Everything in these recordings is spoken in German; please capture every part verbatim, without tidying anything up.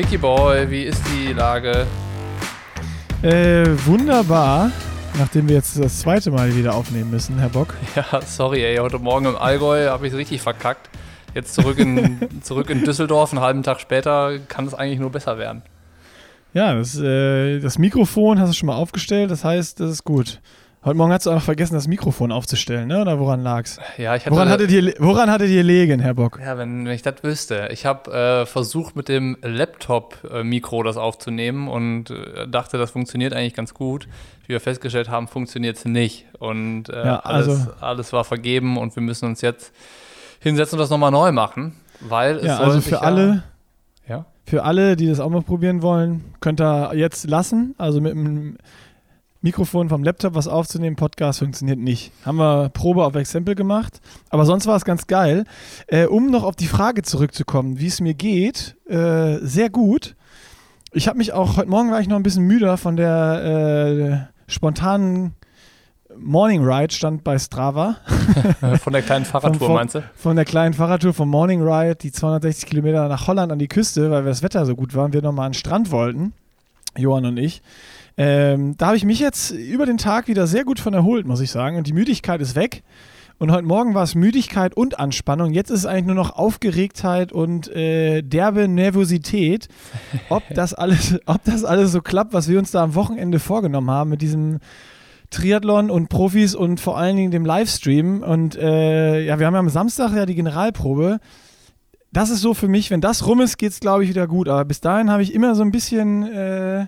Nicky Boy, wie ist die Lage? Äh, wunderbar. Nachdem wir jetzt das zweite Mal wieder aufnehmen müssen, Herr Bock. Ja, sorry, ey. Heute Morgen im Allgäu habe ich es richtig verkackt. Jetzt zurück in, zurück in Düsseldorf, einen halben Tag später, kann es eigentlich nur besser werden. Ja, das, äh, das Mikrofon hast du schon mal aufgestellt, das heißt, das ist gut. Heute Morgen hast du einfach vergessen, das Mikrofon aufzustellen, ne? Oder woran lag's? Ja, ich hatte, woran hattet ihr, woran hattet ihr legen, Herr Bock? Ja, wenn, wenn ich das wüsste. Ich habe äh, versucht, mit dem Laptop-Mikro das aufzunehmen und äh, dachte, das funktioniert eigentlich ganz gut. Wie wir festgestellt haben, funktioniert es nicht. Und äh, ja, also, alles, alles war vergeben und wir müssen uns jetzt hinsetzen und das nochmal neu machen. Weil es ja, soll also sich für ja, alle, ja? für alle, die das auch mal probieren wollen, könnt ihr jetzt lassen. Also mit dem Mikrofon vom Laptop was aufzunehmen, Podcast funktioniert nicht. Haben wir Probe auf Exempel gemacht, aber sonst war es ganz geil. Äh, um noch auf die Frage zurückzukommen, wie es mir geht, äh, sehr gut. Ich habe mich auch, heute Morgen war ich noch ein bisschen müder von der äh, spontanen Morning Ride, stand bei Strava. Von der kleinen Fahrradtour, von, meinst du? Von der kleinen Fahrradtour vom Morning Ride, die zweihundertsechzig Kilometer nach Holland an die Küste, weil das Wetter so gut war und wir nochmal an den Strand wollten, Johann und ich. Ähm, da habe ich mich jetzt über den Tag wieder sehr gut von erholt, muss ich sagen. Und die Müdigkeit ist weg. Und heute Morgen war es Müdigkeit und Anspannung. Jetzt ist es eigentlich nur noch Aufgeregtheit und äh, derbe Nervosität, ob das alles, ob das alles so klappt, was wir uns da am Wochenende vorgenommen haben mit diesem Triathlon und Profis und vor allen Dingen dem Livestream. Und äh, ja, wir haben ja am Samstag ja die Generalprobe. Das ist so für mich, wenn das rum ist, geht es, glaube ich, wieder gut. Aber bis dahin habe ich immer so ein bisschen äh,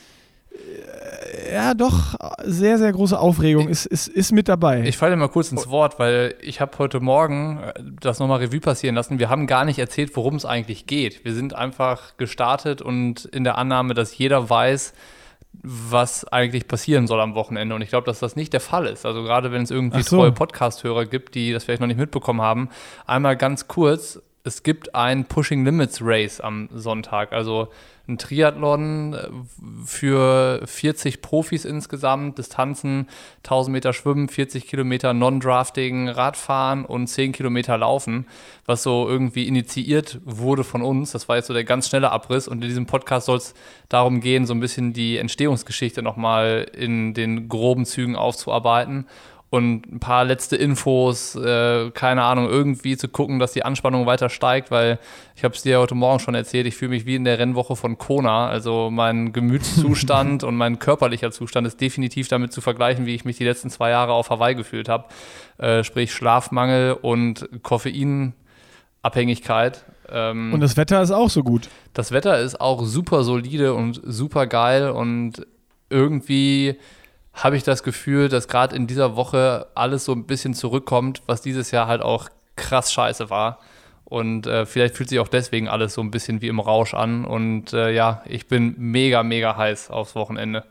ja, doch, sehr, sehr große Aufregung ist, ist, ist mit dabei. Ich falle mal kurz ins Wort, weil ich habe heute Morgen das nochmal Revue passieren lassen. Wir haben gar nicht erzählt, worum es eigentlich geht. Wir sind einfach gestartet und in der Annahme, dass jeder weiß, was eigentlich passieren soll am Wochenende. Und ich glaube, dass das nicht der Fall ist. Also gerade wenn es irgendwie so. treue Podcast-Hörer gibt, die das vielleicht noch nicht mitbekommen haben. Einmal ganz kurz, es gibt ein Pushing Limits Race am Sonntag. Also ein Triathlon für vierzig Profis insgesamt, Distanzen tausend Meter Schwimmen, vierzig Kilometer Non-Drafting, Radfahren und zehn Kilometer Laufen, was so irgendwie initiiert wurde von uns. Das war jetzt so der ganz schnelle Abriss und in diesem Podcast soll es darum gehen, so ein bisschen die Entstehungsgeschichte nochmal in den groben Zügen aufzuarbeiten. Und ein paar letzte Infos, äh, keine Ahnung, irgendwie zu gucken, dass die Anspannung weiter steigt, weil ich habe es dir heute Morgen schon erzählt, ich fühle mich wie in der Rennwoche von Kona. Also mein Gemütszustand und mein körperlicher Zustand ist definitiv damit zu vergleichen, wie ich mich die letzten zwei Jahre auf Hawaii gefühlt habe. Äh, sprich Schlafmangel und Koffeinabhängigkeit. Ähm, und das Wetter ist auch so gut. Das Wetter ist auch super solide und super geil und irgendwie habe ich das Gefühl, dass gerade in dieser Woche alles so ein bisschen zurückkommt, was dieses Jahr halt auch krass scheiße war. Und äh, vielleicht fühlt sich auch deswegen alles so ein bisschen wie im Rausch an. Und äh, ja, ich bin mega, mega heiß aufs Wochenende.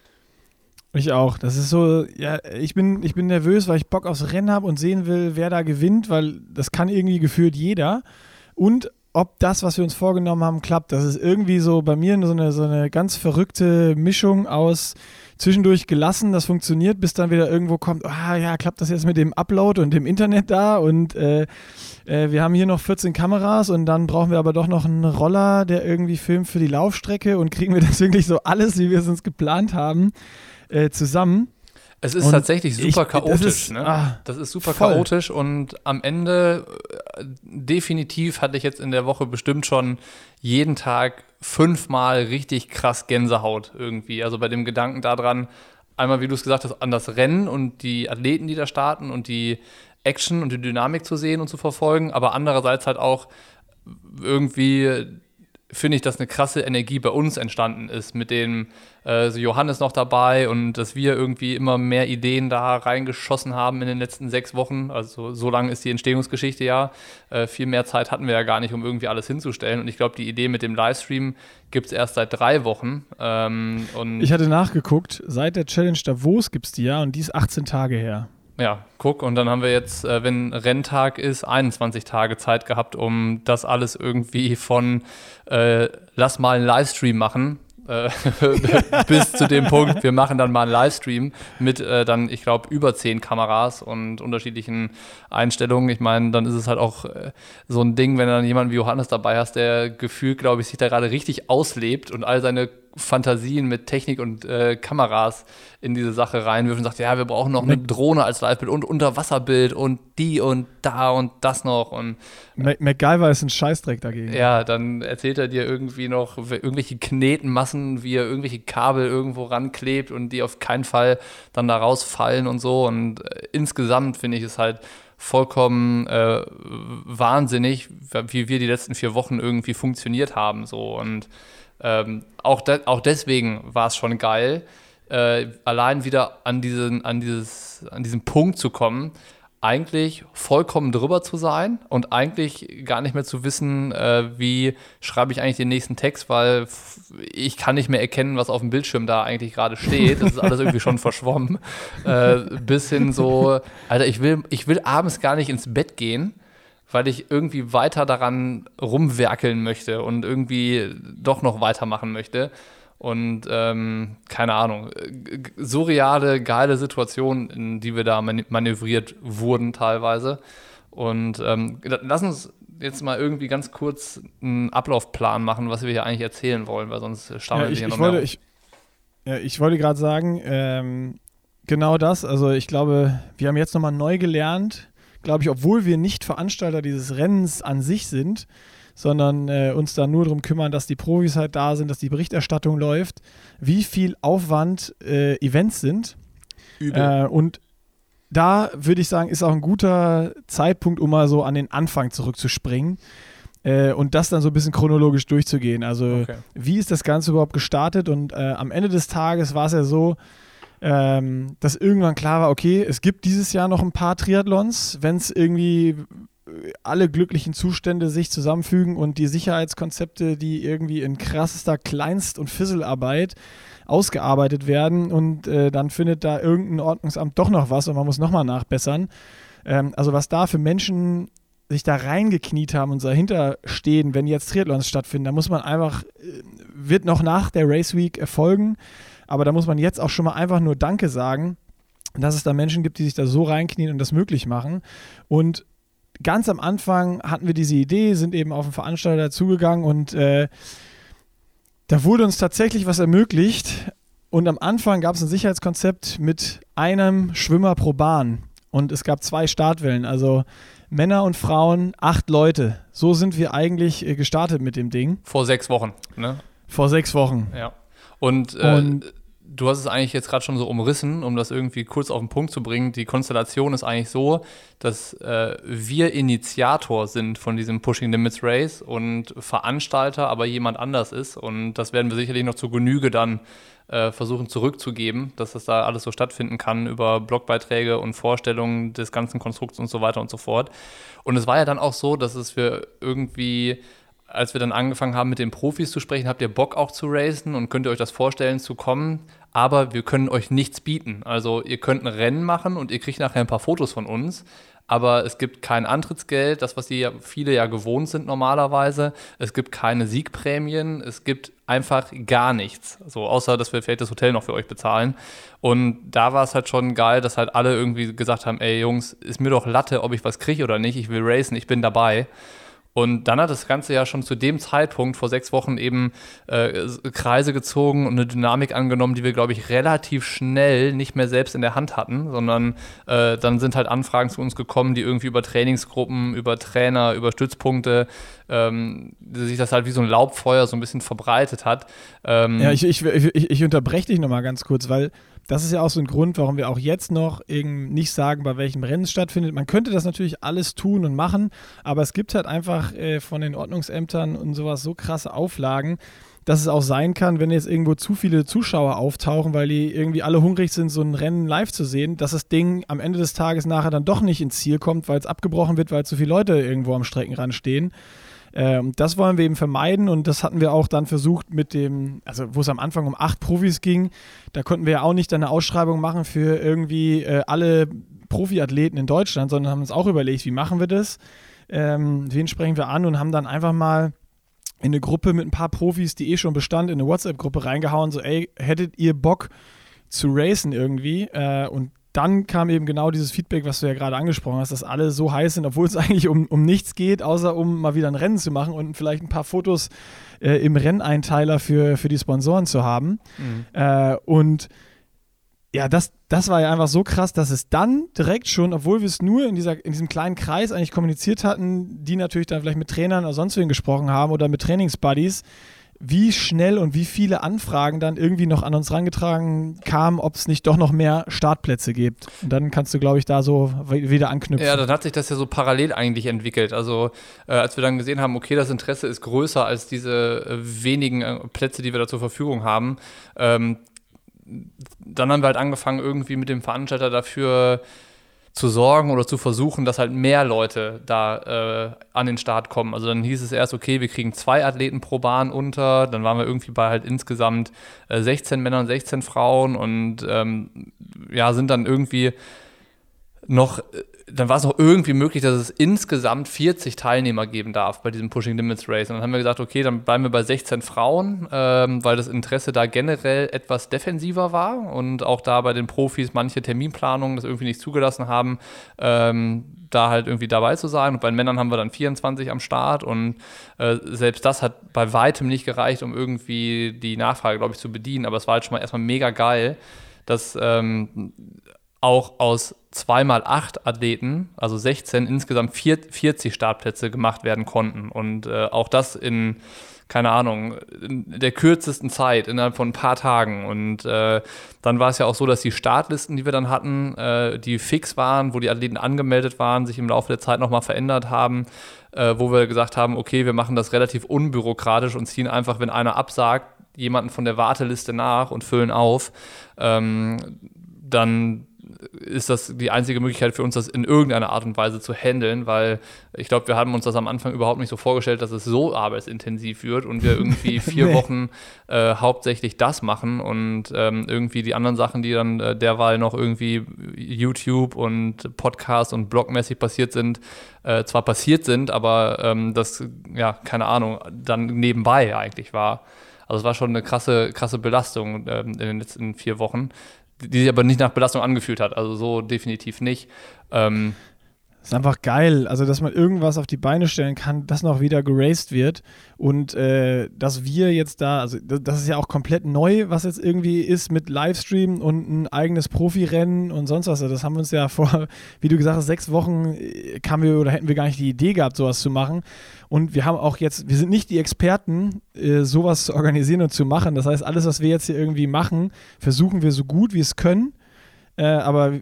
Ich auch. Das ist so, ja, ich bin, ich bin nervös, weil ich Bock aufs Rennen habe und sehen will, wer da gewinnt, weil das kann irgendwie gefühlt jeder. Und ob das, was wir uns vorgenommen haben, klappt. Das ist irgendwie so bei mir so eine, so eine ganz verrückte Mischung aus zwischendurch gelassen, das funktioniert, bis dann wieder irgendwo kommt, ah ja, klappt das jetzt mit dem Upload und dem Internet da und äh, äh, wir haben hier noch vierzehn Kameras und dann brauchen wir aber doch noch einen Roller, der irgendwie filmt für die Laufstrecke und kriegen wir das wirklich so alles, wie wir es uns geplant haben, äh, zusammen. Es ist und tatsächlich super ich, chaotisch. Das ist, ne? ah, das ist super voll. chaotisch und am Ende äh, definitiv hatte ich jetzt in der Woche bestimmt schon jeden Tag fünfmal richtig krass Gänsehaut irgendwie. Also bei dem Gedanken daran, einmal, wie du es gesagt hast, an das Rennen und die Athleten, die da starten und die Action und die Dynamik zu sehen und zu verfolgen, aber andererseits halt auch irgendwie finde ich, dass eine krasse Energie bei uns entstanden ist, mit dem äh, so Johannes noch dabei und dass wir irgendwie immer mehr Ideen da reingeschossen haben in den letzten sechs Wochen. Also so lange ist die Entstehungsgeschichte ja. Äh, viel mehr Zeit hatten wir ja gar nicht, um irgendwie alles hinzustellen. Und ich glaube, die Idee mit dem Livestream gibt es erst seit drei Wochen. Ähm, und ich hatte nachgeguckt, seit der Challenge Davos gibt es die ja und die ist achtzehn Tage her. Ja, guck, und dann haben wir jetzt, äh, wenn Renntag ist, einundzwanzig Tage Zeit gehabt, um das alles irgendwie von äh, lass mal einen Livestream machen, äh, bis zu dem Punkt, wir machen dann mal einen Livestream mit äh, dann, ich glaube, über zehn Kameras und unterschiedlichen Einstellungen. Ich meine, dann ist es halt auch äh, so ein Ding, wenn du dann jemanden wie Johannes dabei hast, der gefühlt, glaube ich, sich da gerade richtig auslebt und all seine Fantasien mit Technik und äh, Kameras in diese Sache reinwirft und sagt, ja, wir brauchen noch eine Drohne als Livebild und Unterwasserbild und die und da und das noch. Und MacGyver ist ein Scheißdreck dagegen. Ja, dann erzählt er dir irgendwie noch irgendwelche Knetenmassen, wie er irgendwelche Kabel irgendwo ranklebt und die auf keinen Fall dann da rausfallen und so. Und äh, insgesamt finde ich es halt vollkommen äh, wahnsinnig, wie wir die letzten vier Wochen irgendwie funktioniert haben. So. Und ähm, auch, de- auch deswegen war es schon geil, äh, allein wieder an diesen, an dieses, an diesen Punkt zu kommen, eigentlich vollkommen drüber zu sein und eigentlich gar nicht mehr zu wissen, äh, wie schreibe ich eigentlich den nächsten Text, weil f- ich kann nicht mehr erkennen, was auf dem Bildschirm da eigentlich gerade steht. Das ist alles irgendwie schon verschwommen. Äh, bis hin so, Alter, ich will, ich will abends gar nicht ins Bett gehen, weil ich irgendwie weiter daran rumwerkeln möchte und irgendwie doch noch weitermachen möchte. Und ähm, keine Ahnung, g- surreale, geile Situationen, in die wir da man- manövriert wurden teilweise. Und ähm, lass uns jetzt mal irgendwie ganz kurz einen Ablaufplan machen, was wir hier eigentlich erzählen wollen, weil sonst stammeln Ja, wir ich, hier ich noch wollte, mehr. ich, ja, ich wollte gerade sagen, ähm, genau das. Also ich glaube, wir haben jetzt nochmal neu gelernt, glaube ich, obwohl wir nicht Veranstalter dieses Rennens an sich sind, sondern äh, uns da nur darum kümmern, dass die Profis halt da sind, dass die Berichterstattung läuft, wie viel Aufwand äh, Events sind. Übel. Äh, und da würde ich sagen, ist auch ein guter Zeitpunkt, um mal so an den Anfang zurückzuspringen äh, und das dann so ein bisschen chronologisch durchzugehen. Also Okay. wie ist das Ganze überhaupt gestartet? Und äh, am Ende des Tages war es ja so, ähm, dass irgendwann klar war, okay, es gibt dieses Jahr noch ein paar Triathlons, wenn es irgendwie alle glücklichen Zustände sich zusammenfügen und die Sicherheitskonzepte, die irgendwie in krassester Kleinst- und Fisselarbeit ausgearbeitet werden und äh, dann findet da irgendein Ordnungsamt doch noch was und man muss nochmal nachbessern. Ähm, also was da für Menschen sich da reingekniet haben und dahinter stehen, wenn jetzt Triathlons stattfinden, da muss man einfach, äh, wird noch nach der Race Week erfolgen, aber da muss man jetzt auch schon mal einfach nur Danke sagen, dass es da Menschen gibt, die sich da so reinknien und das möglich machen. Und ganz am Anfang hatten wir diese Idee, sind eben auf den Veranstalter zugegangen und äh, da wurde uns tatsächlich was ermöglicht. Und am Anfang gab es ein Sicherheitskonzept mit einem Schwimmer pro Bahn. Und es gab zwei Startwellen, also Männer und Frauen, acht Leute. So sind wir eigentlich äh, gestartet mit dem Ding. Vor sechs Wochen, ne? Vor sechs Wochen. Ja. Und, äh, Und du hast es eigentlich jetzt gerade schon so umrissen, um das irgendwie kurz auf den Punkt zu bringen. Die Konstellation ist eigentlich so, dass äh, wir Initiator sind von diesem Pushing Limits Race und Veranstalter aber jemand anders ist. Und das werden wir sicherlich noch zur Genüge dann äh, versuchen zurückzugeben, dass das da alles so stattfinden kann über Blogbeiträge und Vorstellungen des ganzen Konstrukts und so weiter und so fort. Und es war ja dann auch so, dass es für irgendwie, als wir dann angefangen haben, mit den Profis zu sprechen, habt ihr Bock auch zu racen und könnt ihr euch das vorstellen, zu kommen, aber wir können euch nichts bieten. Also ihr könnt ein Rennen machen und ihr kriegt nachher ein paar Fotos von uns, aber es gibt kein Antrittsgeld, das, was die ja, viele ja gewohnt sind normalerweise. Es gibt keine Siegprämien, es gibt einfach gar nichts. So, außer, dass wir vielleicht das Hotel noch für euch bezahlen. Und da war es halt schon geil, dass halt alle irgendwie gesagt haben, ey Jungs, ist mir doch Latte, ob ich was kriege oder nicht, ich will racen, ich bin dabei. Und dann hat das Ganze ja schon zu dem Zeitpunkt vor sechs Wochen eben äh, Kreise gezogen und eine Dynamik angenommen, die wir, glaube ich, relativ schnell nicht mehr selbst in der Hand hatten, sondern äh, dann sind halt Anfragen zu uns gekommen, die irgendwie über Trainingsgruppen, über Trainer, über Stützpunkte, ähm, sich das halt wie so ein Laubfeuer so ein bisschen verbreitet hat. Ähm, ja, ich, ich, ich, ich unterbreche dich nochmal ganz kurz, weil das ist ja auch so ein Grund, warum wir auch jetzt noch eben nicht sagen, bei welchem Rennen es stattfindet. Man könnte das natürlich alles tun und machen, aber es gibt halt einfach äh, von den Ordnungsämtern und sowas so krasse Auflagen, dass es auch sein kann, wenn jetzt irgendwo zu viele Zuschauer auftauchen, weil die irgendwie alle hungrig sind, so ein Rennen live zu sehen, dass das Ding am Ende des Tages nachher dann doch nicht ins Ziel kommt, weil es abgebrochen wird, weil zu viele Leute irgendwo am Streckenrand stehen. Ähm, das wollen wir eben vermeiden und das hatten wir auch dann versucht mit dem, also wo es am Anfang um acht Profis ging, da konnten wir ja auch nicht eine Ausschreibung machen für irgendwie äh, alle Profiathleten in Deutschland, sondern haben uns auch überlegt, wie machen wir das, ähm, wen sprechen wir an und haben dann einfach mal in eine Gruppe mit ein paar Profis, die eh schon bestand, in eine WhatsApp-Gruppe reingehauen, so ey, hättet ihr Bock zu racen irgendwie? Äh, und dann kam eben genau dieses Feedback, was du ja gerade angesprochen hast, dass alle so heiß sind, obwohl es eigentlich um, um nichts geht, außer um mal wieder ein Rennen zu machen und vielleicht ein paar Fotos äh, im Renneinteiler für, für die Sponsoren zu haben. Mhm. Äh, und ja, das, das war ja einfach so krass, dass es dann direkt schon, obwohl wir es nur in, dieser, in diesem kleinen Kreis eigentlich kommuniziert hatten, die natürlich dann vielleicht mit Trainern oder sonst wen gesprochen haben oder mit Trainingsbuddies, wie schnell und wie viele Anfragen dann irgendwie noch an uns herangetragen kamen, ob es nicht doch noch mehr Startplätze gibt. Und dann kannst du, glaube ich, da so wieder anknüpfen. Ja, dann hat sich das ja so parallel eigentlich entwickelt. Also äh, als wir dann gesehen haben, okay, das Interesse ist größer als diese äh, wenigen äh, Plätze, die wir da zur Verfügung haben, ähm, dann haben wir halt angefangen, irgendwie mit dem Veranstalter dafür zu sorgen oder zu versuchen, dass halt mehr Leute da äh, an den Start kommen. Also dann hieß es erst, okay, wir kriegen zwei Athleten pro Bahn unter, dann waren wir irgendwie bei halt insgesamt äh, sechzehn Männern, sechzehn Frauen und ähm, ja, sind dann irgendwie noch, dann war es noch irgendwie möglich, dass es insgesamt vierzig Teilnehmer geben darf bei diesem Pushing Limits Race. Und dann haben wir gesagt, okay, dann bleiben wir bei sechzehn Frauen, ähm, weil das Interesse da generell etwas defensiver war und auch da bei den Profis manche Terminplanungen das irgendwie nicht zugelassen haben, ähm, da halt irgendwie dabei zu sein. Und bei den Männern haben wir dann vierundzwanzig am Start und äh, selbst das hat bei weitem nicht gereicht, um irgendwie die Nachfrage, glaube ich, zu bedienen. Aber es war halt schon mal erstmal mega geil, dass ähm, auch aus zwei mal acht Athleten, also sechzehn, insgesamt vierzig Startplätze gemacht werden konnten. Und äh, auch das in, keine Ahnung, in der kürzesten Zeit, innerhalb von ein paar Tagen. Und äh, dann war es ja auch so, dass die Startlisten, die wir dann hatten, äh, die fix waren, wo die Athleten angemeldet waren, sich im Laufe der Zeit nochmal verändert haben, äh, wo wir gesagt haben, okay, wir machen das relativ unbürokratisch und ziehen einfach, wenn einer absagt, jemanden von der Warteliste nach und füllen auf. Ähm, dann ist das die einzige Möglichkeit für uns, das in irgendeiner Art und Weise zu handeln, weil ich glaube, wir haben uns das am Anfang überhaupt nicht so vorgestellt, dass es so arbeitsintensiv wird und wir irgendwie vier nee. Wochen äh, hauptsächlich das machen und ähm, irgendwie die anderen Sachen, die dann äh, derweil noch irgendwie YouTube und Podcast und Blogmäßig passiert sind, äh, zwar passiert sind, aber ähm, das, ja, keine Ahnung, dann nebenbei eigentlich war. Also es war schon eine krasse, krasse Belastung ähm, in den letzten vier Wochen, die sich aber nicht nach Belastung angefühlt hat, also so definitiv nicht. Ähm, das ist einfach geil, also dass man irgendwas auf die Beine stellen kann, das noch wieder geraced wird und äh, dass wir jetzt da, also das ist ja auch komplett neu, was jetzt irgendwie ist mit Livestream und ein eigenes Profirennen und sonst was. Also das haben wir uns ja vor, wie du gesagt hast, sechs Wochen kamen wir oder hätten wir gar nicht die Idee gehabt, sowas zu machen. Und wir haben auch jetzt, wir sind nicht die Experten, äh, sowas zu organisieren und zu machen. Das heißt, alles, was wir jetzt hier irgendwie machen, versuchen wir so gut wie es können. Äh, aber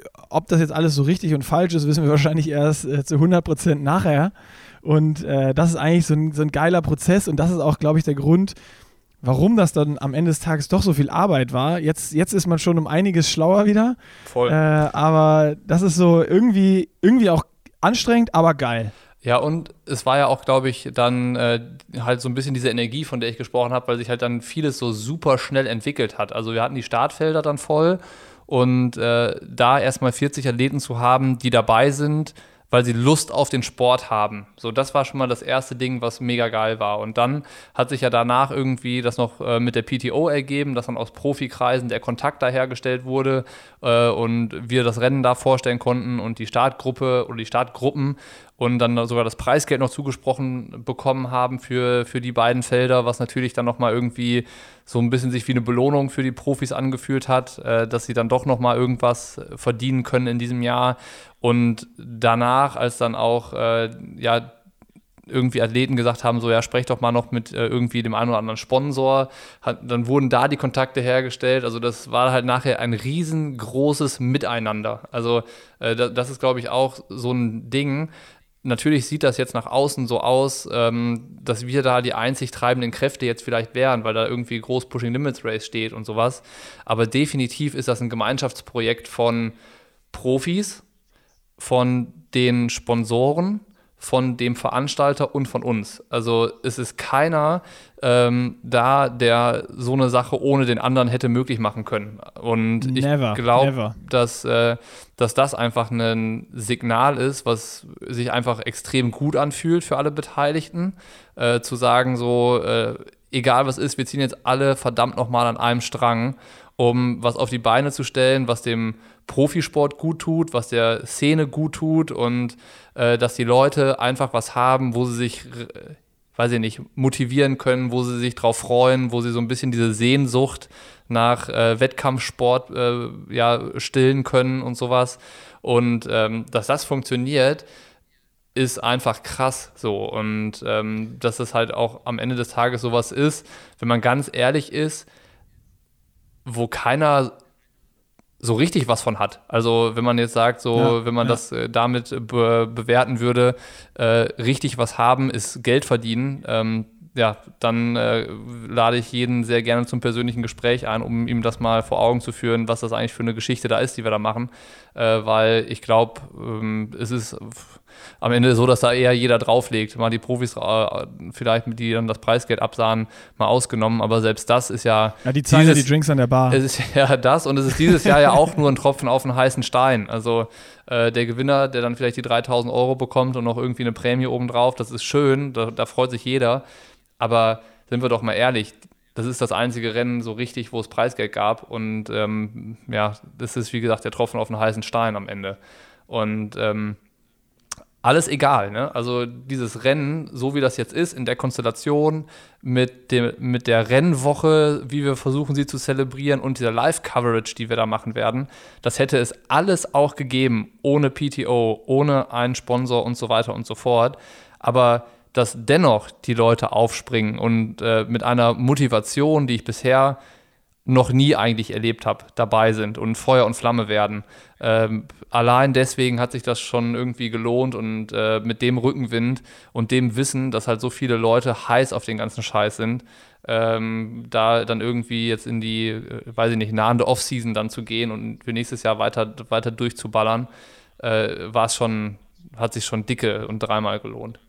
ob das jetzt alles so richtig und falsch ist, wissen wir wahrscheinlich erst äh, zu hundert Prozent nachher. Und äh, das ist eigentlich so ein, so ein geiler Prozess. Und das ist auch, glaube ich, der Grund, warum das dann am Ende des Tages doch so viel Arbeit war. Jetzt, jetzt ist man schon um einiges schlauer wieder. Voll. Äh, aber das ist so irgendwie, irgendwie auch anstrengend, aber geil. Ja, und es war ja auch, glaube ich, dann äh, halt so ein bisschen diese Energie, von der ich gesprochen habe, weil sich halt dann vieles so super schnell entwickelt hat. Also wir hatten die Startfelder dann voll und äh, da erstmal vierzig Athleten zu haben, die dabei sind, weil sie Lust auf den Sport haben. So, das war schon mal das erste Ding, was mega geil war. Und dann hat sich ja danach irgendwie das noch äh, mit der P T O ergeben, dass dann aus Profikreisen der Kontakt da hergestellt wurde äh, und wir das Rennen da vorstellen konnten und die Startgruppe oder die Startgruppen und dann sogar das Preisgeld noch zugesprochen bekommen haben für, für die beiden Felder, was natürlich dann nochmal irgendwie so ein bisschen sich wie eine Belohnung für die Profis angefühlt hat, äh, dass sie dann doch nochmal irgendwas verdienen können in diesem Jahr. Und danach, als dann auch äh, ja, irgendwie Athleten gesagt haben, so ja, sprech doch mal noch mit äh, irgendwie dem einen oder anderen Sponsor, hat, dann wurden da die Kontakte hergestellt. Also das war halt nachher ein riesengroßes Miteinander. Also äh, das, das ist, glaube ich, auch so ein Ding. Natürlich sieht das jetzt nach außen so aus, ähm, dass wir da die einzig treibenden Kräfte jetzt vielleicht wären, weil da irgendwie groß Pushing Limits Race steht und sowas. Aber definitiv ist das ein Gemeinschaftsprojekt von Profis, von den Sponsoren, von dem Veranstalter und von uns. Also es ist keiner ähm, da, der so eine Sache ohne den anderen hätte möglich machen können. Und Never, ich glaube, never. dass, äh, dass das einfach ein Signal ist, was sich einfach extrem gut anfühlt für alle Beteiligten, äh, zu sagen so, äh, egal was ist, wir ziehen jetzt alle verdammt nochmal an einem Strang, um was auf die Beine zu stellen, was dem Profisport gut tut, was der Szene gut tut und äh, dass die Leute einfach was haben, wo sie sich, äh, weiß ich nicht, motivieren können, wo sie sich drauf freuen, wo sie so ein bisschen diese Sehnsucht nach äh, Wettkampfsport äh, ja, stillen können und sowas. Und ähm, dass das funktioniert, ist einfach krass so. Und ähm, dass es halt auch am Ende des Tages sowas ist, wenn man ganz ehrlich ist, wo keiner so richtig was von hat. Also wenn man jetzt sagt, so Ja, wenn man ja. das äh, damit be- bewerten würde, äh, richtig was haben ist Geld verdienen, ähm, ja, dann äh, lade ich jeden sehr gerne zum persönlichen Gespräch ein, um ihm das mal vor Augen zu führen, was das eigentlich für eine Geschichte da ist, die wir da machen. Äh, weil ich glaube, ähm, es ist f- am Ende so, dass da eher jeder drauflegt. Mal die Profis, äh, vielleicht, die dann das Preisgeld absahen, mal ausgenommen. Aber selbst das ist ja... Ja, die zahlen ja dieses- die Drinks an der Bar. Es ist ja das und es ist dieses Jahr ja auch nur ein Tropfen auf einen heißen Stein. Also äh, der Gewinner, der dann vielleicht die dreitausend Euro bekommt und noch irgendwie eine Prämie obendrauf, das ist schön, da, da freut sich jeder. Aber sind wir doch mal ehrlich, das ist das einzige Rennen so richtig, wo es Preisgeld gab. Und ähm, ja, das ist wie gesagt der Tropfen auf einen heißen Stein am Ende. Und ähm, alles egal, ne? Also dieses Rennen, so wie das jetzt ist, in der Konstellation mit, dem, mit der Rennwoche, wie wir versuchen, sie zu zelebrieren und dieser Live-Coverage, die wir da machen werden, das hätte es alles auch gegeben, ohne P T O, ohne einen Sponsor und so weiter und so fort. Aber dass dennoch die Leute aufspringen und äh, mit einer Motivation, die ich bisher noch nie eigentlich erlebt habe, dabei sind und Feuer und Flamme werden. Ähm, allein deswegen hat sich das schon irgendwie gelohnt und äh, mit dem Rückenwind und dem Wissen, dass halt so viele Leute heiß auf den ganzen Scheiß sind, ähm, da dann irgendwie jetzt in die, äh, weiß ich nicht, nahende Offseason dann zu gehen und für nächstes Jahr weiter, weiter durchzuballern, äh, war es schon, hat sich schon dicke und dreimal gelohnt.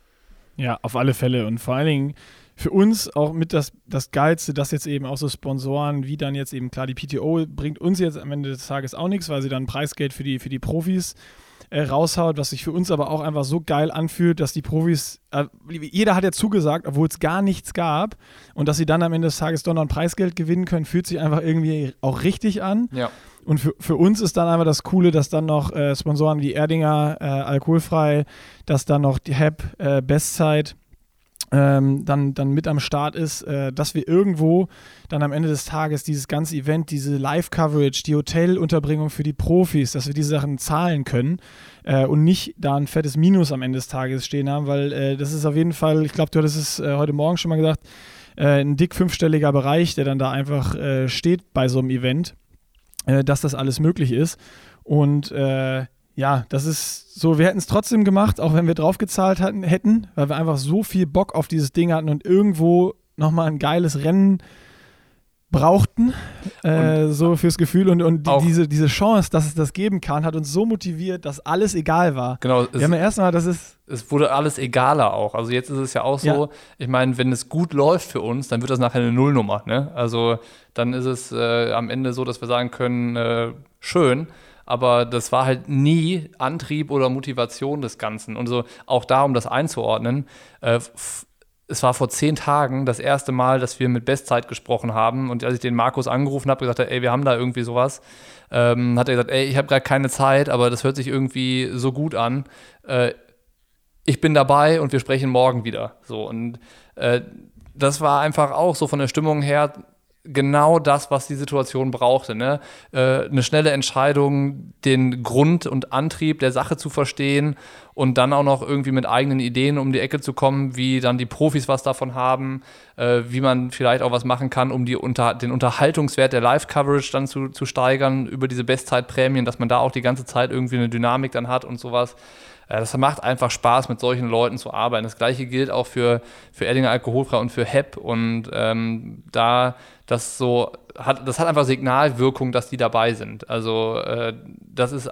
Ja, auf alle Fälle. Und vor allen Dingen für uns auch mit das, das Geilste, dass jetzt eben auch so Sponsoren wie dann jetzt eben, klar, die P T O bringt uns jetzt am Ende des Tages auch nichts, weil sie dann Preisgeld für die, für die Profis äh, raushaut, was sich für uns aber auch einfach so geil anfühlt, dass die Profis, äh, jeder hat ja zugesagt, obwohl es gar nichts gab und dass sie dann am Ende des Tages doch noch ein Preisgeld gewinnen können, fühlt sich einfach irgendwie auch richtig an. Ja. Und für, für uns ist dann einfach das Coole, dass dann noch äh, Sponsoren wie Erdinger, äh, alkoholfrei, dass dann noch die H E P, äh, Bestzeit, ähm, dann, dann mit am Start ist, äh, dass wir irgendwo dann am Ende des Tages dieses ganze Event, diese Live-Coverage, die Hotelunterbringung für die Profis, dass wir diese Sachen zahlen können äh, und nicht da ein fettes Minus am Ende des Tages stehen haben, weil äh, das ist auf jeden Fall, ich glaube, du hattest es äh, heute Morgen schon mal gesagt, äh, ein dick fünfstelliger Bereich, der dann da einfach äh, steht bei so einem Event, äh, dass das alles möglich ist. Und äh, ja, das ist so, wir hätten es trotzdem gemacht, auch wenn wir draufgezahlt hatten, hätten, weil wir einfach so viel Bock auf dieses Ding hatten und irgendwo nochmal ein geiles Rennen brauchten, äh, so fürs Gefühl. Und, und die, diese, diese Chance, dass es das geben kann, hat uns so motiviert, dass alles egal war. Genau, wir haben ja erstmal, das ist es wurde alles egaler auch. Also jetzt ist es ja auch so, Ja. ich meine, wenn es gut läuft für uns, dann wird das nachher eine Nullnummer. Ne? Also dann ist es äh, am Ende so, dass wir sagen können, äh, schön, aber das war halt nie Antrieb oder Motivation des Ganzen. Und so auch da, um das einzuordnen, äh, f- es war vor zehn Tagen das erste Mal, dass wir mit Bestzeit gesprochen haben. Und als ich den Markus angerufen habe, gesagt habe, ey, wir haben da irgendwie sowas, ähm, hat er gesagt, ey, ich habe gerade keine Zeit, aber das hört sich irgendwie so gut an. Äh, ich bin dabei und wir sprechen morgen wieder. So, und äh, das war einfach auch so von der Stimmung her genau das, was die Situation brauchte. Ne? Äh, eine schnelle Entscheidung, den Grund und Antrieb der Sache zu verstehen und dann auch noch irgendwie mit eigenen Ideen um die Ecke zu kommen, wie dann die Profis was davon haben, äh, wie man vielleicht auch was machen kann, um die unter, den Unterhaltungswert der Live-Coverage dann zu, zu steigern über diese Bestzeitprämien, dass man da auch die ganze Zeit irgendwie eine Dynamik dann hat und sowas. Das macht einfach Spaß, mit solchen Leuten zu arbeiten. Das Gleiche gilt auch für, für Erdinger Alkoholfrei und für H E P. Und ähm, da das so hat, das hat einfach Signalwirkung, dass die dabei sind. Also äh, das ist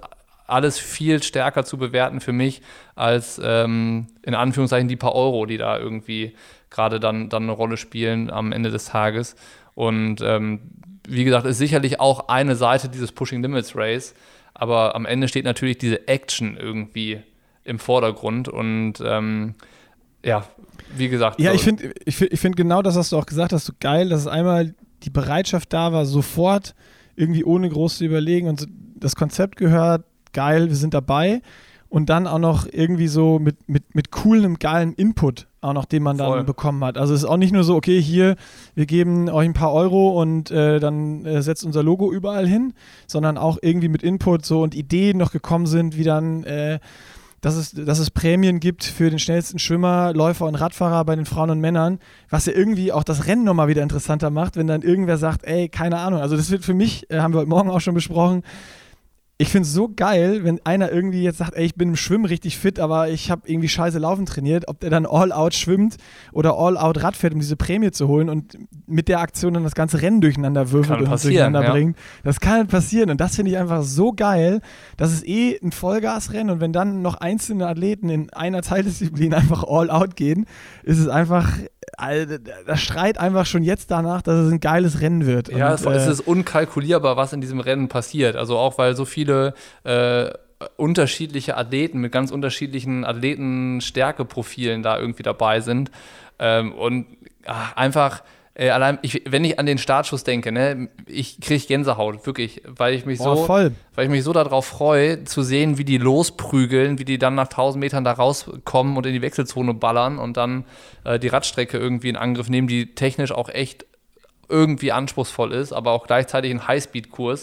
alles viel stärker zu bewerten für mich als ähm, in Anführungszeichen die paar Euro, die da irgendwie gerade dann, dann eine Rolle spielen am Ende des Tages. Und ähm, wie gesagt, ist sicherlich auch eine Seite dieses Pushing Limits Race, aber am Ende steht natürlich diese Action irgendwie im Vordergrund und ähm, ja, wie gesagt. Ja, so. ich finde ich find, ich find genau das, was du auch gesagt hast, so geil, dass es einmal die Bereitschaft da war, sofort irgendwie ohne groß zu überlegen und das Konzept gehört, geil, wir sind dabei und dann auch noch irgendwie so mit, mit, mit coolem, geilem Input auch noch, den man dann Voll. bekommen hat. Also es ist auch nicht nur so, okay, hier, wir geben euch ein paar Euro und äh, dann äh, setzt unser Logo überall hin, sondern auch irgendwie mit Input so und Ideen noch gekommen sind, wie dann äh, dass es, dass es Prämien gibt für den schnellsten Schwimmer, Läufer und Radfahrer bei den Frauen und Männern, was ja irgendwie auch das Rennen nochmal wieder interessanter macht, wenn dann irgendwer sagt, ey, keine Ahnung, also das wird für mich, äh, haben wir heute Morgen auch schon besprochen, ich finde es so geil, wenn einer irgendwie jetzt sagt, ey, ich bin im Schwimmen richtig fit, aber ich habe irgendwie scheiße Laufen trainiert, ob der dann All-Out schwimmt oder All-Out Rad fährt, um diese Prämie zu holen und mit der Aktion dann das ganze Rennen durcheinander würfelt Kann und durcheinander ja. bringt. Das kann halt passieren und das finde ich einfach so geil. Das ist eh ein Vollgasrennen und wenn dann noch einzelne Athleten in einer Teildisziplin einfach All-Out gehen, ist es einfach, also, das schreit einfach schon jetzt danach, dass es ein geiles Rennen wird. Ja, und, es, äh, es ist unkalkulierbar, was in diesem Rennen passiert. Also auch, weil so viele äh, unterschiedliche Athleten mit ganz unterschiedlichen Athletenstärkeprofilen da irgendwie dabei sind. Ähm, und ach, einfach, äh, allein, ich, wenn ich an den Startschuss denke, ne, ich kriege Gänsehaut, wirklich, weil ich mich Boah, so, voll. weil ich mich so darauf freue, zu sehen, wie die losprügeln, wie die dann nach tausend Metern da rauskommen und in die Wechselzone ballern und dann äh, die Radstrecke irgendwie in Angriff nehmen, die technisch auch echt irgendwie anspruchsvoll ist, aber auch gleichzeitig ein Highspeed-Kurs.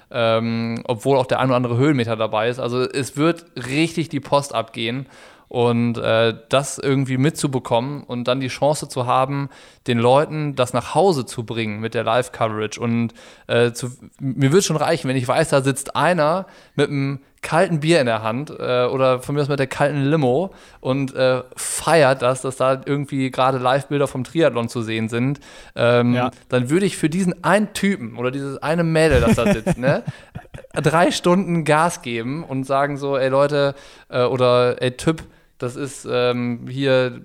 Ähm, obwohl auch der ein oder andere Höhenmeter dabei ist. Also es wird richtig die Post abgehen und äh, das irgendwie mitzubekommen und dann die Chance zu haben, den Leuten das nach Hause zu bringen mit der Live-Coverage und äh, zu, mir wird schon reichen, wenn ich weiß, da sitzt einer mit einem kalten Bier in der Hand äh, oder von mir aus mit der kalten Limo und äh, feiert das, dass da irgendwie gerade Live-Bilder vom Triathlon zu sehen sind, ähm, ja. Dann würde ich für diesen einen Typen oder dieses eine Mädel, das da sitzt, ne, drei Stunden Gas geben und sagen so, ey Leute, äh, oder ey Typ, das ist ähm, hier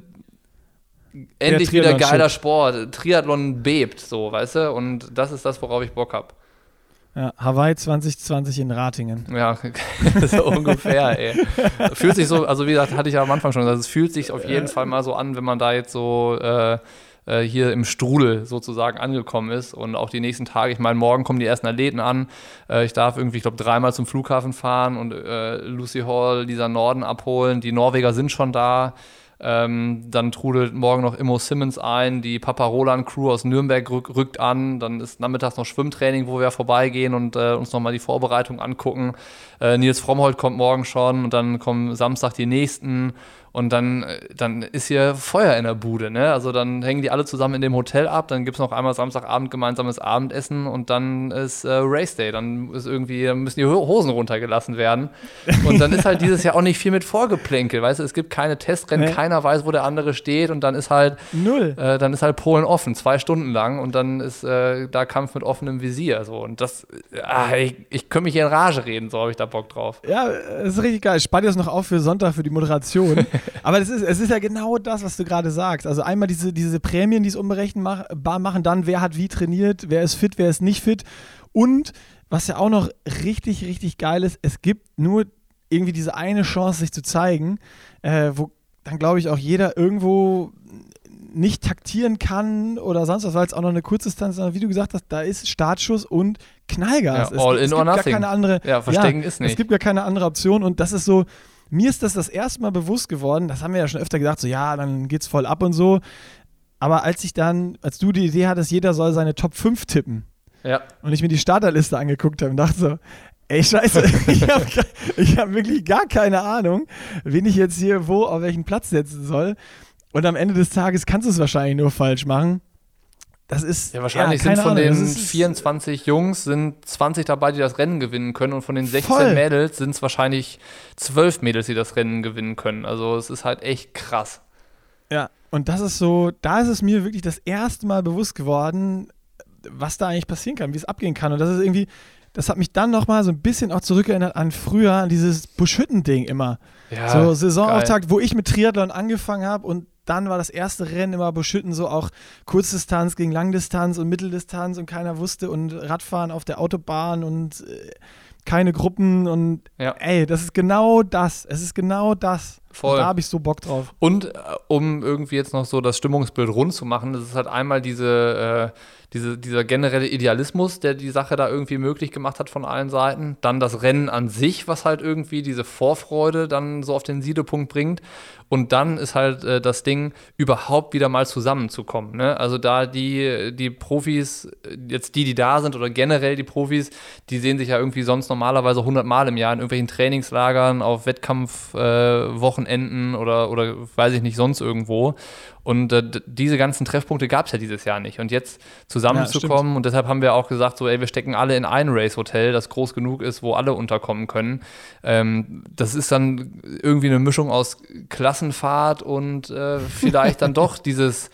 endlich wieder geiler Sport, Triathlon bebt, so, weißt du, und das ist das, worauf ich Bock habe. Ja, Hawaii zwanzig zwanzig in Ratingen. Ja, so ungefähr, ey. Fühlt sich so, also wie gesagt, hatte ich ja am Anfang schon gesagt, es fühlt sich auf jeden Fall mal so an, wenn man da jetzt so äh, äh, hier im Strudel sozusagen angekommen ist und auch die nächsten Tage, ich meine, morgen kommen die ersten Athleten an, äh, ich darf irgendwie, ich glaube, dreimal zum Flughafen fahren und äh, Lucy Hall, Lisa Norden abholen, die Norweger sind schon da. Ähm, dann trudelt morgen noch Immo Simmons ein, die Papa-Roland-Crew aus Nürnberg rück, rückt an, dann ist nachmittags noch Schwimmtraining, wo wir vorbeigehen und äh, uns nochmal die Vorbereitung angucken. Äh, Nils Frommholt kommt morgen schon und dann kommen Samstag die nächsten und dann, dann ist hier Feuer in der Bude, ne? Also dann hängen die alle zusammen in dem Hotel ab, dann gibt es noch einmal Samstagabend gemeinsames Abendessen und dann ist äh, Race Day, dann ist irgendwie, dann müssen die Hosen runtergelassen werden und dann ist halt dieses Jahr auch nicht viel mit Vorgeplänkel, weißt du, es gibt keine Testrennen, nee. Keiner weiß, wo der andere steht und dann ist halt Null. Äh, dann ist halt Polen offen, zwei Stunden lang und dann ist äh, da Kampf mit offenem Visier, so und das, ah, ich, ich könnte mich hier in Rage reden, so habe ich da Bock drauf. Ja, das ist richtig geil, ich spann dir das noch auf für Sonntag für die Moderation. Aber das ist, es ist ja genau das, was du gerade sagst. Also einmal diese, diese Prämien, die es unberechenbar machen, dann wer hat wie trainiert, wer ist fit, wer ist nicht fit. Und was ja auch noch richtig, richtig geil ist, es gibt nur irgendwie diese eine Chance, sich zu zeigen, äh, wo dann, glaube ich, auch jeder irgendwo nicht taktieren kann oder sonst was, weil es auch noch eine Kurzdistanz ist, wie du gesagt hast, da ist Startschuss und Knallgas. Ja, all es, in es or gibt nothing. Gar keine andere, ja, verstecken ja, ist nicht. Es gibt gar keine andere Option und das ist so, mir ist das das erste Mal bewusst geworden, das haben wir ja schon öfter gesagt, so ja, dann geht's voll ab und so, aber als ich dann, als du die Idee hattest, jeder soll seine Top fünf tippen ja. und ich mir die Starterliste angeguckt habe und dachte so, ey, scheiße, ich habe ich hab wirklich gar keine Ahnung, wen ich jetzt hier wo auf welchen Platz setzen soll und am Ende des Tages kannst du es wahrscheinlich nur falsch machen. Das ist, ja, wahrscheinlich ja, sind von Ahnung, den ist, vierundzwanzig Jungs sind zwanzig dabei, die das Rennen gewinnen können und von den sechzehn voll. Mädels sind es wahrscheinlich zwölf Mädels, die das Rennen gewinnen können. Also es ist halt echt krass. Ja, und das ist so, da ist es mir wirklich das erste Mal bewusst geworden, was da eigentlich passieren kann, wie es abgehen kann und das ist irgendwie, das hat mich dann nochmal so ein bisschen auch zurückerinnert an früher, an dieses Buschhütten-Ding immer. Ja, so Saisonauftakt, wo ich mit Triathlon angefangen habe und dann war das erste Rennen immer Buschhütten, so auch Kurzdistanz gegen Langdistanz und Mitteldistanz und keiner wusste und Radfahren auf der Autobahn und äh, keine Gruppen und ja. ey, das ist genau das. Es ist genau das. Voll. Da habe ich so Bock drauf. Und äh, um irgendwie jetzt noch so das Stimmungsbild rund zu machen, das ist halt einmal diese, äh, diese, dieser generelle Idealismus, der die Sache da irgendwie möglich gemacht hat von allen Seiten. Dann das Rennen an sich, was halt irgendwie diese Vorfreude dann so auf den Siedepunkt bringt. Und dann ist halt äh, das Ding, überhaupt wieder mal zusammenzukommen. Ne? Also da die, die Profis, jetzt die, die da sind oder generell die Profis, die sehen sich ja irgendwie sonst normalerweise hundert Mal im Jahr in irgendwelchen Trainingslagern, auf Wettkampfwochenenden äh, oder, oder weiß ich nicht, sonst irgendwo. Und äh, diese ganzen Treffpunkte gab es ja dieses Jahr nicht. Und jetzt zusammenzukommen, ja, und deshalb haben wir auch gesagt, so, ey, wir stecken alle in ein Race-Hotel, das groß genug ist, wo alle unterkommen können. Ähm, das ist dann irgendwie eine Mischung aus Klassenfahrt und äh, vielleicht dann doch dieses,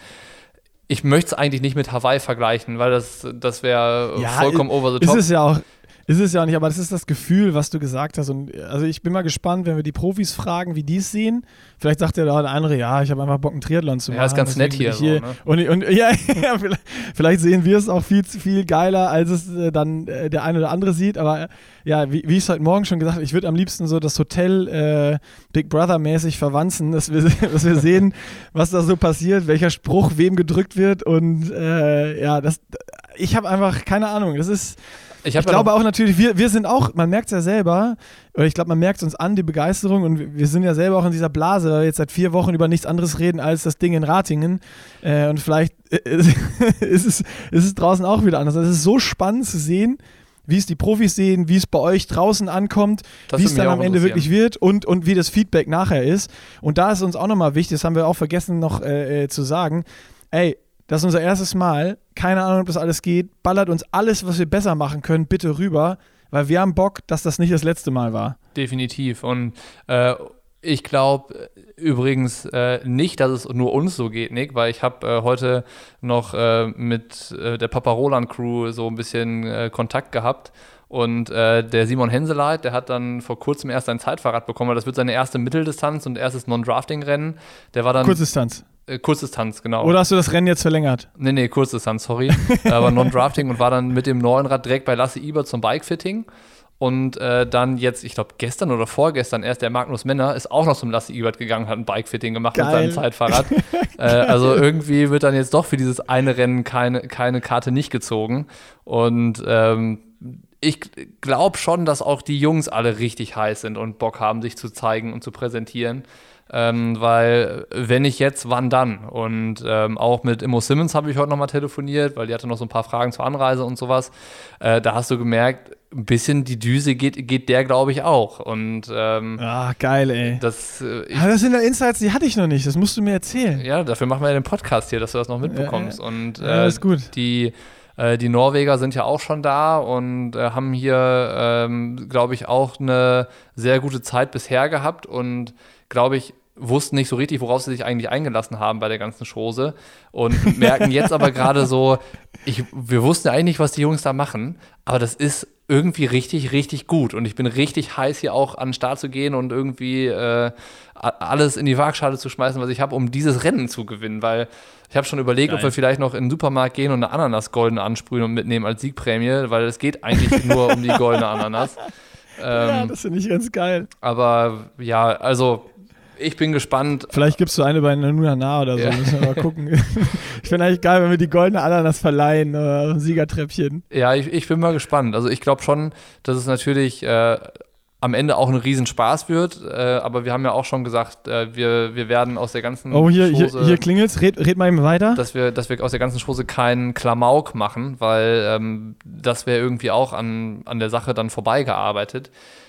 ich möchte es eigentlich nicht mit Hawaii vergleichen, weil das, das wäre ja, vollkommen over the top. Ist es ja auch. Ist es ja auch nicht, aber das ist das Gefühl, was du gesagt hast. Und also ich bin mal gespannt, wenn wir die Profis fragen, wie die es sehen. Vielleicht sagt ja der andere, ja, ich habe einfach Bock, einen Triathlon zu machen. Ja, ist ganz nett hier. hier. So, ne? und, und ja, ja vielleicht, vielleicht sehen wir es auch viel, viel geiler, als es äh, dann äh, der eine oder andere sieht. Aber äh, ja, wie, wie ich es heute Morgen schon gesagt habe, ich würde am liebsten so das Hotel äh, Big Brother-mäßig verwanzen, dass wir, dass wir sehen, was da so passiert, welcher Spruch wem gedrückt wird. Und äh, ja, das, ich habe einfach keine Ahnung. Das ist Ich, ich glaube auch natürlich, wir, wir sind auch, man merkt es ja selber, oder ich glaube, man merkt es uns an, die Begeisterung, und wir sind ja selber auch in dieser Blase, weil wir jetzt seit vier Wochen über nichts anderes reden als das Ding in Ratingen. Äh, und vielleicht äh, ist, es, ist es draußen auch wieder anders. Es ist so spannend zu sehen, wie es die Profis sehen, wie es bei euch draußen ankommt, das wie es dann am Ende wirklich wird und, und wie das Feedback nachher ist. Und da ist uns auch nochmal wichtig, das haben wir auch vergessen noch äh, zu sagen, ey, das ist unser erstes Mal, keine Ahnung, ob das alles geht, ballert uns alles, was wir besser machen können, bitte rüber, weil wir haben Bock, dass das nicht das letzte Mal war. Definitiv. Und äh, ich glaube übrigens äh, nicht, dass es nur uns so geht, Nick, weil ich habe äh, heute noch äh, mit äh, der Papa Roland Crew so ein bisschen äh, Kontakt gehabt. Und äh, der Simon Henseleit, der hat dann vor kurzem erst ein Zeitfahrrad bekommen, weil das wird seine erste Mitteldistanz und erstes Non-Drafting-Rennen. Der war dann Kurzdistanz. Äh, Kurzdistanz, genau. Oder hast du das Rennen jetzt verlängert? Nee, nee, Kurzdistanz, sorry. Aber Non-Drafting, und war dann mit dem neuen Rad direkt bei Lasse Ibert zum Bikefitting. Und äh, dann jetzt, ich glaube gestern oder vorgestern erst, der Magnus Männer ist auch noch zum Lasse Ibert gegangen, hat ein Bikefitting gemacht Geil. mit seinem Zeitfahrrad. äh, also irgendwie wird dann jetzt doch für dieses eine Rennen keine, keine Karte nicht gezogen. Und ähm, ich glaube schon, dass auch die Jungs alle richtig heiß sind und Bock haben, sich zu zeigen und zu präsentieren. Ähm, weil wenn nicht jetzt, wann dann? Und ähm, auch mit Immo Simmons habe ich heute nochmal telefoniert, weil die hatte noch so ein paar Fragen zur Anreise und sowas. Äh, da hast du gemerkt, ein bisschen die Düse geht, geht der, glaube ich, auch. Und ähm, ah, geil, ey. Das, äh, ich, Aber das sind ja Insights, die hatte ich noch nicht. Das musst du mir erzählen. Ja, dafür machen wir ja den Podcast hier, dass du das noch mitbekommst. Ja, und äh, ja, ist gut. Die Die Norweger sind ja auch schon da und äh, haben hier, ähm, glaube ich, auch eine sehr gute Zeit bisher gehabt und, glaube ich, wussten nicht so richtig, worauf sie sich eigentlich eingelassen haben bei der ganzen Chose und merken jetzt aber gerade so, ich, wir wussten eigentlich nicht, was die Jungs da machen, aber das ist irgendwie richtig, richtig gut und ich bin richtig heiß, hier auch an den Start zu gehen und irgendwie äh, alles in die Waagschale zu schmeißen, was ich habe, um dieses Rennen zu gewinnen, weil ich habe schon überlegt, Geil. ob wir vielleicht noch in den Supermarkt gehen und eine Ananas golden ansprühen und mitnehmen als Siegprämie, weil es geht eigentlich nur um die goldene Ananas. Ähm, ja, das finde ich ganz geil. Aber ja, also ich bin gespannt. Vielleicht gibst du eine bei Nunana oder so, ja. Müssen wir mal gucken. Ich finde eigentlich geil, wenn wir die goldene Ananas verleihen oder ein Siegertreppchen. Ja, ich, ich bin mal gespannt. Also ich glaube schon, dass es natürlich äh, am Ende auch ein Riesenspaß wird, äh, aber wir haben ja auch schon gesagt, äh, wir, wir werden aus der ganzen Oh, hier, Chose, hier, hier klingelt's, red, red mal eben weiter. Dass wir, dass wir aus der ganzen Chose keinen Klamauk machen, weil ähm, das wäre irgendwie auch an, an der Sache dann vorbeigearbeitet,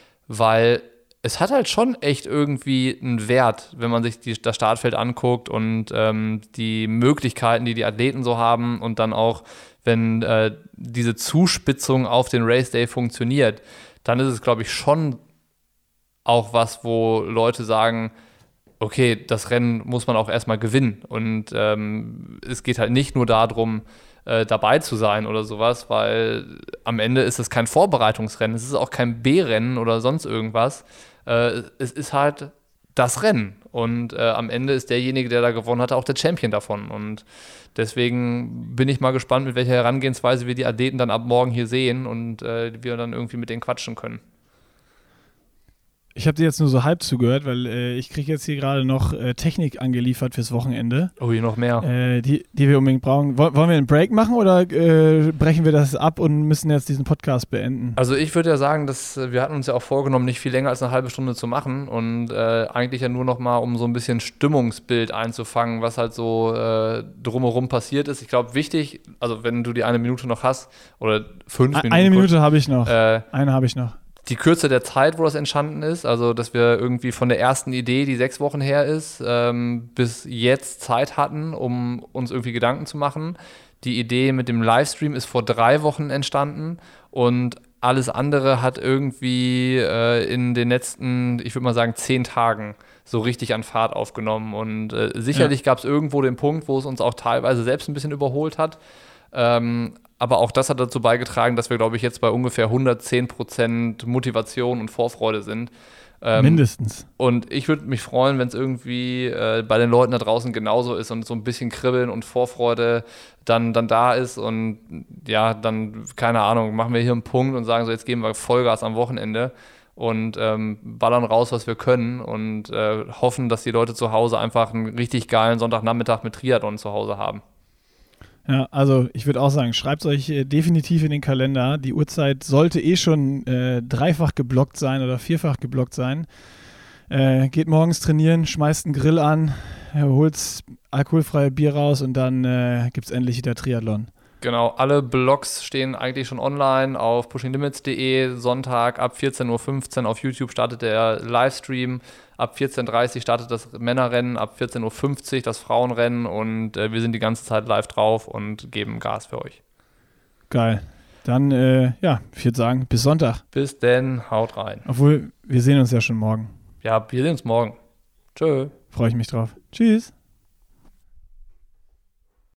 weil es hat halt schon echt irgendwie einen Wert, wenn man sich die, das Startfeld anguckt und ähm, die Möglichkeiten, die die Athleten so haben und dann auch, wenn äh, diese Zuspitzung auf den Race Day funktioniert, dann ist es, glaube ich, schon auch was, wo Leute sagen, okay, das Rennen muss man auch erstmal gewinnen. Und ähm, es geht halt nicht nur darum, äh, dabei zu sein oder sowas, weil am Ende ist es kein Vorbereitungsrennen, es ist auch kein B-Rennen oder sonst irgendwas. Äh, es ist halt das Rennen und äh, am Ende ist derjenige, der da gewonnen hat, auch der Champion davon und deswegen bin ich mal gespannt, mit welcher Herangehensweise wir die Athleten dann ab morgen hier sehen und äh, wir dann irgendwie mit denen quatschen können. Ich habe dir jetzt nur so halb zugehört, weil äh, ich kriege jetzt hier gerade noch äh, Technik angeliefert fürs Wochenende. Oh, hier noch mehr. Äh, die, die wir unbedingt brauchen. Woll, wollen wir einen Break machen oder äh, brechen wir das ab und müssen jetzt diesen Podcast beenden? Also ich würde ja sagen, dass wir hatten uns ja auch vorgenommen, nicht viel länger als eine halbe Stunde zu machen und äh, eigentlich ja nur noch mal, um so ein bisschen Stimmungsbild einzufangen, was halt so äh, drumherum passiert ist. Ich glaube, wichtig, also wenn du die eine Minute noch hast oder fünf Minuten. Eine Minute habe ich noch. Äh, eine habe ich noch. Die Kürze der Zeit, wo das entstanden ist, also dass wir irgendwie von der ersten Idee, die sechs Wochen her ist, ähm, bis jetzt Zeit hatten, um uns irgendwie Gedanken zu machen. Die Idee mit dem Livestream ist vor drei Wochen entstanden und alles andere hat irgendwie äh, in den letzten, ich würde mal sagen, zehn Tagen so richtig an Fahrt aufgenommen. Und äh, sicherlich ja. gab es irgendwo den Punkt, wo es uns auch teilweise selbst ein bisschen überholt hat. Ähm, aber auch das hat dazu beigetragen, dass wir, glaube ich, jetzt bei ungefähr hundertzehn Prozent Motivation und Vorfreude sind. Ähm, Mindestens. Und ich würde mich freuen, wenn es irgendwie äh, bei den Leuten da draußen genauso ist und so ein bisschen Kribbeln und Vorfreude dann, dann da ist. Und ja, dann, keine Ahnung, machen wir hier einen Punkt und sagen so, jetzt geben wir Vollgas am Wochenende und ähm, ballern raus, was wir können und äh, hoffen, dass die Leute zu Hause einfach einen richtig geilen Sonntagnachmittag mit Triathlon zu Hause haben. Ja, also ich würde auch sagen, schreibt es euch äh, definitiv in den Kalender. Die Uhrzeit sollte eh schon äh, dreifach geblockt sein oder vierfach geblockt sein. Äh, geht morgens trainieren, schmeißt einen Grill an, äh, holt alkoholfreie Bier raus und dann äh, gibt es endlich wieder Triathlon. Genau, alle Blogs stehen eigentlich schon online auf pushing limits punkt de. Sonntag ab vierzehn Uhr fünfzehn auf YouTube startet der Livestream. Ab vierzehn Uhr dreißig startet das Männerrennen, ab vierzehn Uhr fünfzig das Frauenrennen und äh, wir sind die ganze Zeit live drauf und geben Gas für euch. Geil. Dann, äh, ja, ich würde sagen, bis Sonntag. Bis denn, haut rein. Obwohl, wir sehen uns ja schon morgen. Ja, wir sehen uns morgen. Tschö. Freue ich mich drauf. Tschüss.